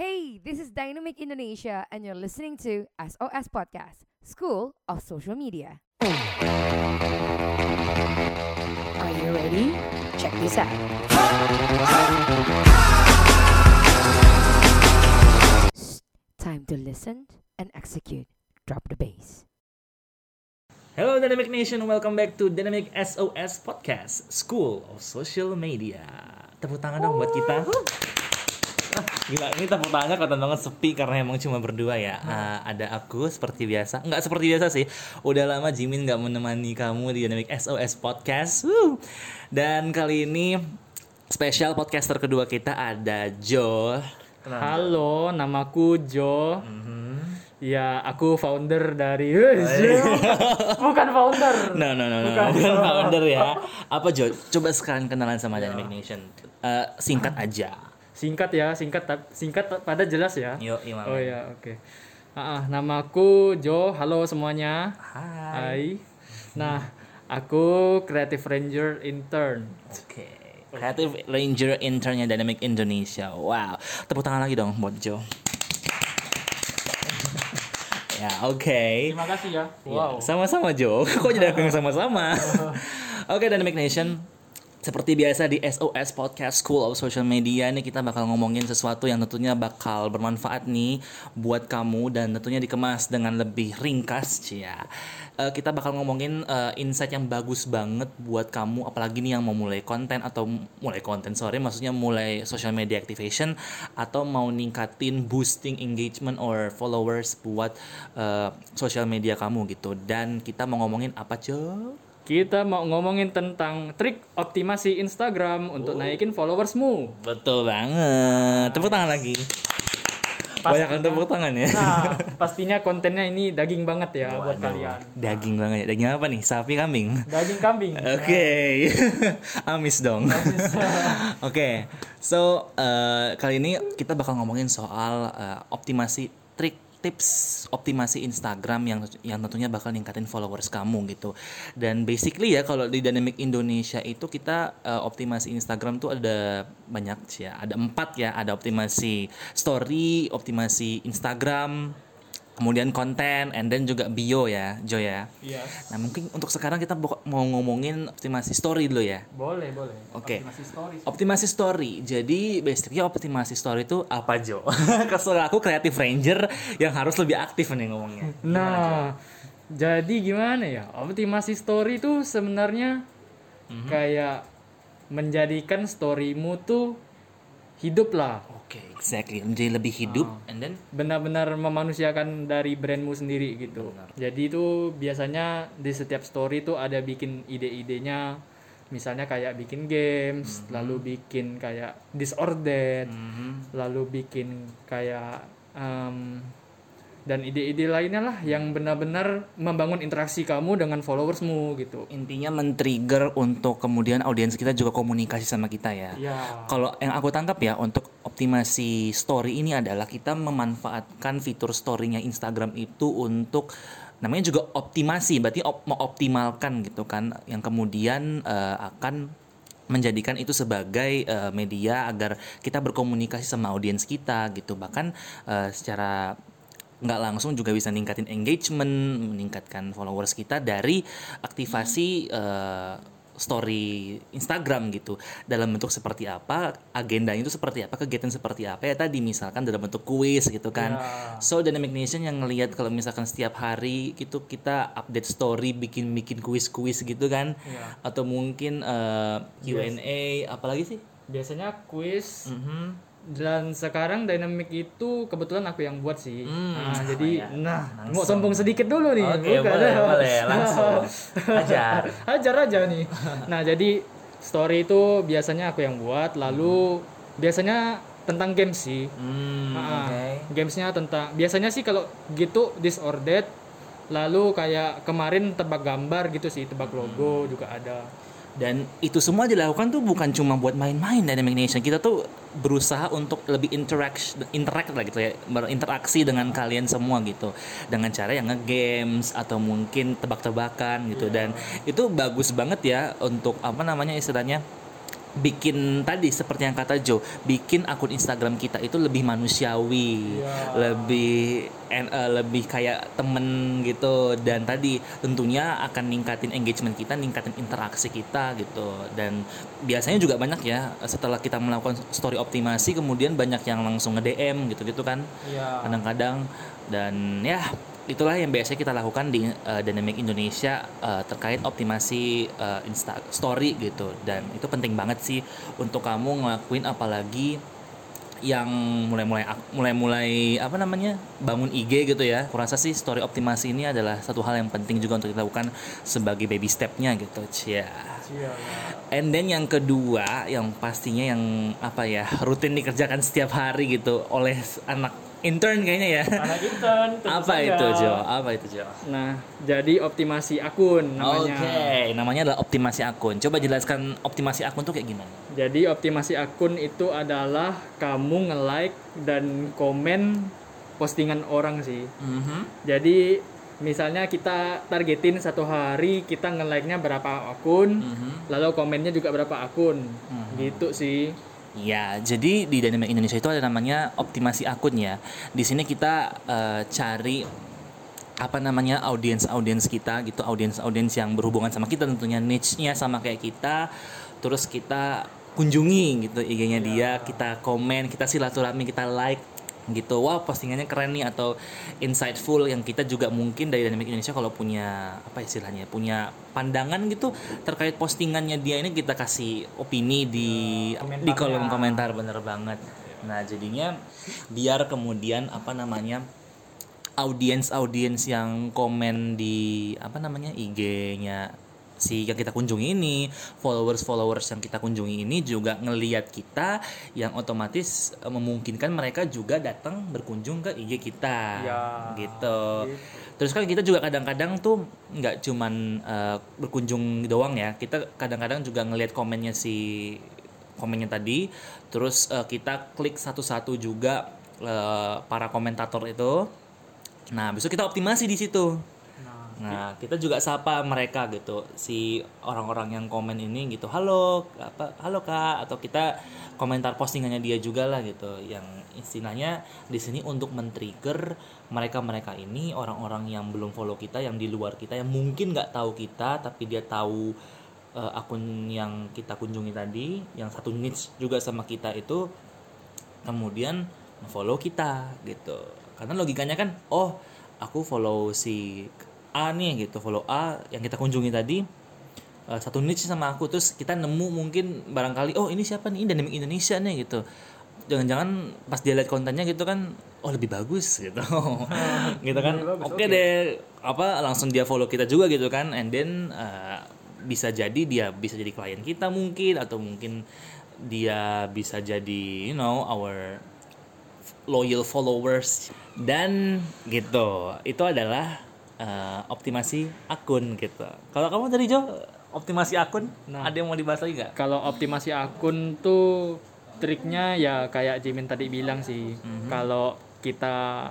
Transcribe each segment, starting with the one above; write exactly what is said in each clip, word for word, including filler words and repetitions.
Hey, this is Dynamic Indonesia, and you're listening to S O S Podcast, School of Social Media. Are you ready? Check this out. Shh, time to listen and execute. Drop the bass. Hello Dynamic Nation, welcome back to Dynamic S O S Podcast, School of Social Media. Tepuk tangan dong buat kita. Ah, gila, ini tepuk tangannya kelihatan banget sepi karena emang cuma berdua ya. Uh, ada aku seperti biasa, nggak seperti biasa sih. Udah lama Jimin nggak menemani kamu di Dynamic S O S Podcast. Woo. Dan kali ini spesial podcaster kedua kita ada Jo. Halo, namaku Jo. Mm-hmm. Ya, aku founder dari bukan founder. No, no, no, no. Bukan, bukan founder ya. Apa Jo? Coba sekarang kenalan sama Dynamic Nation. Uh, singkat aja. Singkat ya, singkat singkat pada jelas ya. Yo, gimana? Oh ya, oke. Okay. Ah, namaku Jo. Halo semuanya. Hai. Hai. Nah, aku Creative Ranger Intern. Oke. Okay. Creative Ranger Internnya Dynamic Indonesia. Wow. Tepuk tangan lagi dong buat Jo. Ya, oke. Okay. Terima kasih ya. Ya, Wow. sama-sama Jo. Kok jadi aku yang sama-sama? Oke, okay, Dynamic Nation. Seperti biasa di S O S Podcast School of Social Media ini kita bakal ngomongin sesuatu yang tentunya bakal bermanfaat nih buat kamu dan tentunya dikemas dengan lebih ringkas ya. Uh, kita bakal ngomongin uh, insight yang bagus banget buat kamu, apalagi nih yang mau mulai konten atau mulai konten sorry maksudnya mulai social media activation atau mau ningkatin boosting engagement or followers buat uh, social media kamu gitu. Dan kita mau ngomongin apa Jo? Kita mau ngomongin tentang trik optimasi Instagram untuk Oh. naikin followersmu. Betul banget. Tepuk tangan lagi. Banyak kan tepuk tangan ya. Nah, pastinya kontennya ini daging banget ya buat Waduh, kalian. Daging banget ya. Daging apa nih? Sapi, kambing? Daging kambing. Oke. Okay. Amis dong. Oke. Okay. So, uh, kali ini kita bakal ngomongin soal uh, optimasi trik tips optimasi Instagram yang yang tentunya bakal ningkatin followers kamu gitu. Dan basically ya kalau di Dynamic Indonesia itu kita uh, optimasi Instagram tuh ada banyak sih ya. Ada empat ya. Ada optimasi story, optimasi Instagram, kemudian konten, and then juga bio ya, Jo ya. Yes. Nah mungkin untuk sekarang kita mau ngomongin optimasi story dulu ya. Boleh, boleh. Oke. Optimasi story. Optimasi story. Jadi basically optimasi story itu apa Jo? Kesel aku Creative Ranger yang harus lebih aktif nih ngomongnya. Nah, jadi gimana ya? Optimasi story itu sebenarnya Mhm. kayak menjadikan storymu tuh hidup lah. Oke, okay, exactly. Menjadi lebih hidup, and then Benar-benar memanusiakan dari brandmu sendiri gitu. Benar. Jadi itu biasanya di setiap story tuh ada bikin ide-idenya. Misalnya kayak bikin games, lalu bikin kayak disordered, mhm. lalu bikin kayak um, dan ide-ide lainnya lah yang benar-benar membangun interaksi kamu dengan followersmu gitu. Intinya men-trigger untuk kemudian audiens kita juga komunikasi sama kita ya. Ya. Kalau yang aku tangkap ya untuk optimasi story ini adalah kita memanfaatkan fitur story-nya Instagram itu untuk namanya juga optimasi, berarti op- mengoptimalkan gitu kan, yang kemudian uh, akan menjadikan itu sebagai uh, media agar kita berkomunikasi sama audiens kita gitu. Bahkan uh, secara nggak langsung juga bisa ningkatin engagement, meningkatkan followers kita dari aktivasi uh, story Instagram gitu. Dalam bentuk seperti apa, agendanya itu seperti apa, kegiatan seperti apa ya tadi misalkan dalam bentuk kuis gitu kan. Ya. So Dynamic Nation yang ngelihat kalau misalkan setiap hari gitu kita update story, bikin-bikin kuis-kuis gitu kan. Ya. Atau mungkin uh, Q and A, apalagi sih? Biasanya kuis. Mhm. Dan sekarang Dynamic itu kebetulan aku yang buat sih. Hmm, Nah, jadi ya. nah, Langsung. mau sombong sedikit dulu nih. Oke, Bukan. boleh, boleh. Langsung. Hajar. Hajar aja nih. Nah, jadi story itu biasanya aku yang buat, lalu biasanya tentang games sih. Hmm, Nah, oke. Gamesnya tentang biasanya sih kalau gitu disordered, lalu kayak kemarin tebak gambar gitu sih, tebak logo juga ada. Dan itu semua dilakukan tuh bukan cuma buat main-main Dynamic Nation. Kita tuh berusaha untuk lebih interact interact lah gitu ya, berinteraksi dengan kalian semua gitu. Dengan cara yang nge-games atau mungkin tebak-tebakan gitu. Dan itu bagus banget ya untuk apa namanya istilahnya bikin tadi seperti yang kata Joe, bikin akun Instagram kita itu lebih manusiawi, Ya. lebih en- eh, lebih kayak temen gitu, dan tadi tentunya akan ningkatin engagement kita, ningkatin interaksi kita gitu. Dan biasanya juga banyak ya setelah kita melakukan story optimasi kemudian banyak yang langsung nge-D M gitu-gitu kan Iya. kadang-kadang. Dan ya itulah yang biasa kita lakukan di uh, Dynamic Indonesia uh, terkait optimasi uh, Insta Story gitu. Dan itu penting banget sih untuk kamu ngelakuin, apalagi yang mulai-mulai mulai-mulai apa namanya bangun I G gitu ya. Kurasa sih story optimasi ini adalah satu hal yang penting juga untuk dilakukan sebagai baby stepnya gitu. Cia. Iya. And then yang kedua yang pastinya yang apa ya rutin dikerjakan setiap hari gitu oleh anak intern kayaknya ya. Anak intern. tentu Apa saja. itu Jo? Apa itu Jo? Nah, jadi optimasi akun namanya. Oke, namanya adalah optimasi akun. Coba jelaskan optimasi akun tuh kayak gimana? Jadi optimasi akun itu adalah kamu nge-like dan komen postingan orang sih. Mhm. Jadi misalnya kita targetin satu hari kita nge-like-nya berapa akun, Mhm. lalu komennya juga berapa akun. Gitu sih. Ya, jadi di Dynamic Indonesia itu ada namanya optimasi akun ya. Di sini kita eh, cari apa namanya audiens-audiens kita gitu, audiens-audiens yang berhubungan sama kita, tentunya niche-nya sama kayak kita. Terus kita kunjungi gitu I G-nya dia, kita komen, kita silaturahmi, kita like gitu. Wah, postingannya keren nih atau insightful, yang kita juga mungkin dari Dynamic Indonesia kalau punya apa istilahnya, punya pandangan gitu terkait postingannya dia ini, kita kasih opini di Komentarnya. di kolom komentar, bener banget. Nah, jadinya biar kemudian apa namanya audiens-audiens yang komen di apa namanya I G-nya si yang kita kunjungi ini, followers-followers yang kita kunjungi ini juga ngelihat kita, yang otomatis eh, memungkinkan mereka juga datang berkunjung ke I G kita. Ya, gitu. gitu. Terus kan kita juga kadang-kadang tuh nggak cuman eh, berkunjung doang ya, kita kadang-kadang juga ngelihat komennya si komennya tadi, terus eh, kita klik satu-satu juga eh, para komentator itu. Nah, besok kita optimasi di situ. Nah, kita juga sapa mereka gitu, si orang-orang yang komen ini gitu, halo apa, halo kak, atau kita komentar postingannya dia juga lah gitu, yang istilahnya di sini untuk men-trigger mereka-mereka ini, orang-orang yang belum follow kita, yang di luar kita, yang mungkin nggak tahu kita, tapi dia tahu uh, akun yang kita kunjungi tadi, yang satu niche juga sama kita itu, kemudian follow kita gitu. Karena logikanya kan, oh aku follow si A nih gitu, follow A yang kita kunjungi tadi uh, satu niche sama aku, terus kita nemu mungkin barangkali oh ini siapa nih, ini Dynamic Indonesia nih gitu, jangan-jangan pas dia lihat kontennya gitu kan, oh lebih bagus gitu gitu kan, oke okay deh apa langsung dia follow kita juga gitu kan, and then uh, bisa jadi dia bisa jadi klien kita mungkin, atau mungkin dia bisa jadi you know our loyal followers dan gitu. Itu adalah Uh, optimasi akun gitu. Kalau kamu tadi Jo, optimasi akun, Nah. ada yang mau dibahas lagi nggak? Kalau optimasi akun tuh triknya ya kayak Jimin tadi bilang sih. Kalau kita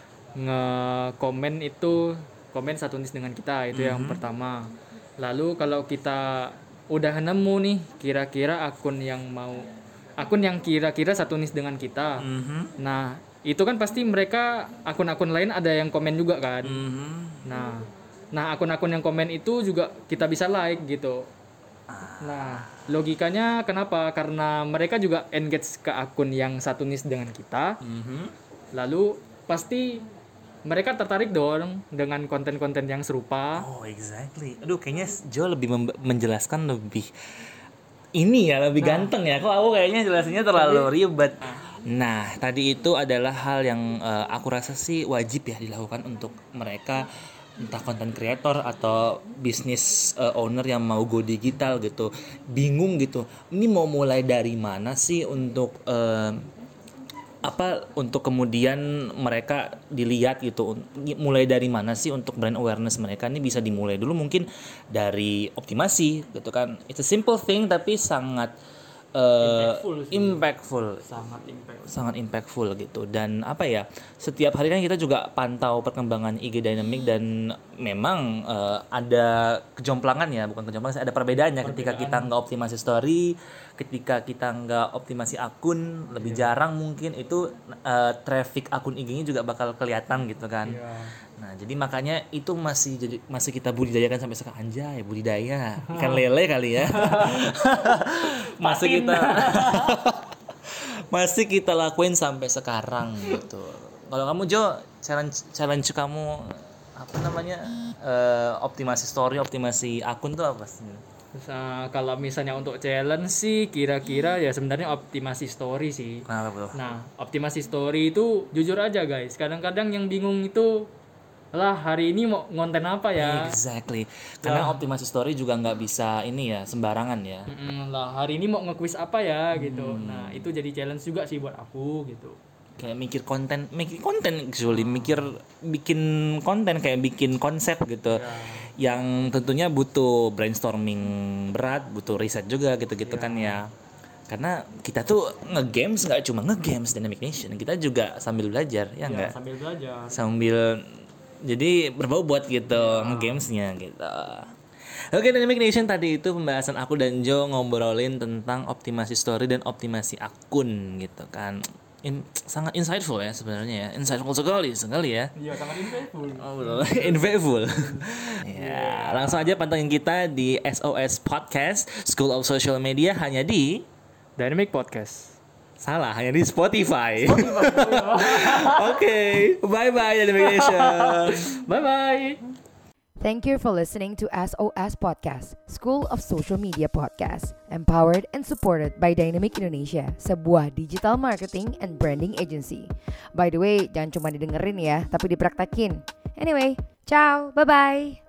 nge-komen itu komen satu niche dengan kita, itu yang pertama. Lalu kalau kita udah nemu nih kira-kira akun yang mau akun yang kira-kira satu niche dengan kita. Mhm. Nah, itu kan pasti mereka akun-akun lain ada yang komen juga kan. Mhm. Nah, nah akun-akun yang komen itu juga kita bisa like gitu. Nah, logikanya kenapa? Karena mereka juga engage ke akun yang satu niche dengan kita. Mhm. Lalu pasti mereka tertarik dong dengan konten-konten yang serupa. Oh, exactly. Aduh, kayaknya Jo lebih mem- menjelaskan lebih ini ya, lebih ganteng ya. Kok aku kayaknya jelasinnya terlalu ribet. Nah, tadi itu adalah hal yang uh, aku rasa sih wajib ya dilakukan untuk mereka, entah content creator atau bisnis uh, owner yang mau go digital gitu. Bingung gitu. Ini mau mulai dari mana sih untuk uh, apa untuk kemudian mereka dilihat gitu, mulai dari mana sih untuk brand awareness mereka ini bisa dimulai dulu mungkin dari optimasi gitu kan. It's a simple thing tapi sangat uh, Impactful sih. impactful, sangat impact. sangat impactful gitu. Dan apa ya, setiap hari kan kita juga pantau perkembangan I G Dynamic dan memang uh, ada kejomplangan ya, bukan kejomplangan, ada perbedaannya ketika kita nggak optimasi story, ketika kita nggak optimasi akun, lebih yeah. jarang mungkin itu uh, traffic akun I G-nya juga bakal kelihatan gitu kan. Yeah. Nah, jadi makanya itu masih jadi masih kita budidayakan sampai sekarang. Anjay, budidaya ikan lele kali ya. masih kita masih kita lakuin sampai sekarang gitu. Kalau kamu Jo, challenge challenge kamu apa namanya? Uh, optimasi story, optimasi akun tuh apa sih? Nah, kalau misalnya untuk challenge sih kira-kira ya sebenarnya optimasi story sih. Kenapa bro? Nah, optimasi story itu jujur aja guys, kadang-kadang yang bingung itu lah hari ini mau ngonten apa ya. Exactly. Karena lah, optimasi story juga nggak bisa ini ya sembarangan ya. Mm-mm, lah hari ini mau nge-quiz apa ya gitu. Hmm. Nah itu jadi challenge juga sih buat aku gitu. Kayak mikir konten, mikir konten actually, mikir bikin konten kayak bikin konsep gitu. Ya. Yang tentunya butuh brainstorming berat, butuh riset juga gitu-gitu ya. Kan ya. Karena kita tuh nge-games nggak cuma nge-games Dynamic Nation, kita juga sambil belajar ya nggak? Ya, sambil belajar. Sambil jadi berbobot gitu ya. Nge-gamesnya gitu. Oke, Dynamic Nation, tadi itu pembahasan aku dan Jo ngobrolin tentang optimasi story dan optimasi akun gitu kan. In, sangat insightful ya sebenarnya ya. Insightful sekali sekali ya. Iya, sangat insightful. Oh, betul. Insightful. Ya, langsung aja pantengin kita di S O S Podcast, School of Social Media, hanya di Dynamic Podcast. Salah, hanya di Spotify. Spotify. Oke, okay. Bye-bye Dynamic Nation. Bye-bye. Thank you for listening to S O S Podcast, School of Social Media Podcast, empowered and supported by Dynamic Indonesia, sebuah digital marketing and branding agency. By the way, jangan cuma didengerin ya, tapi dipraktekin. Anyway, ciao, bye-bye.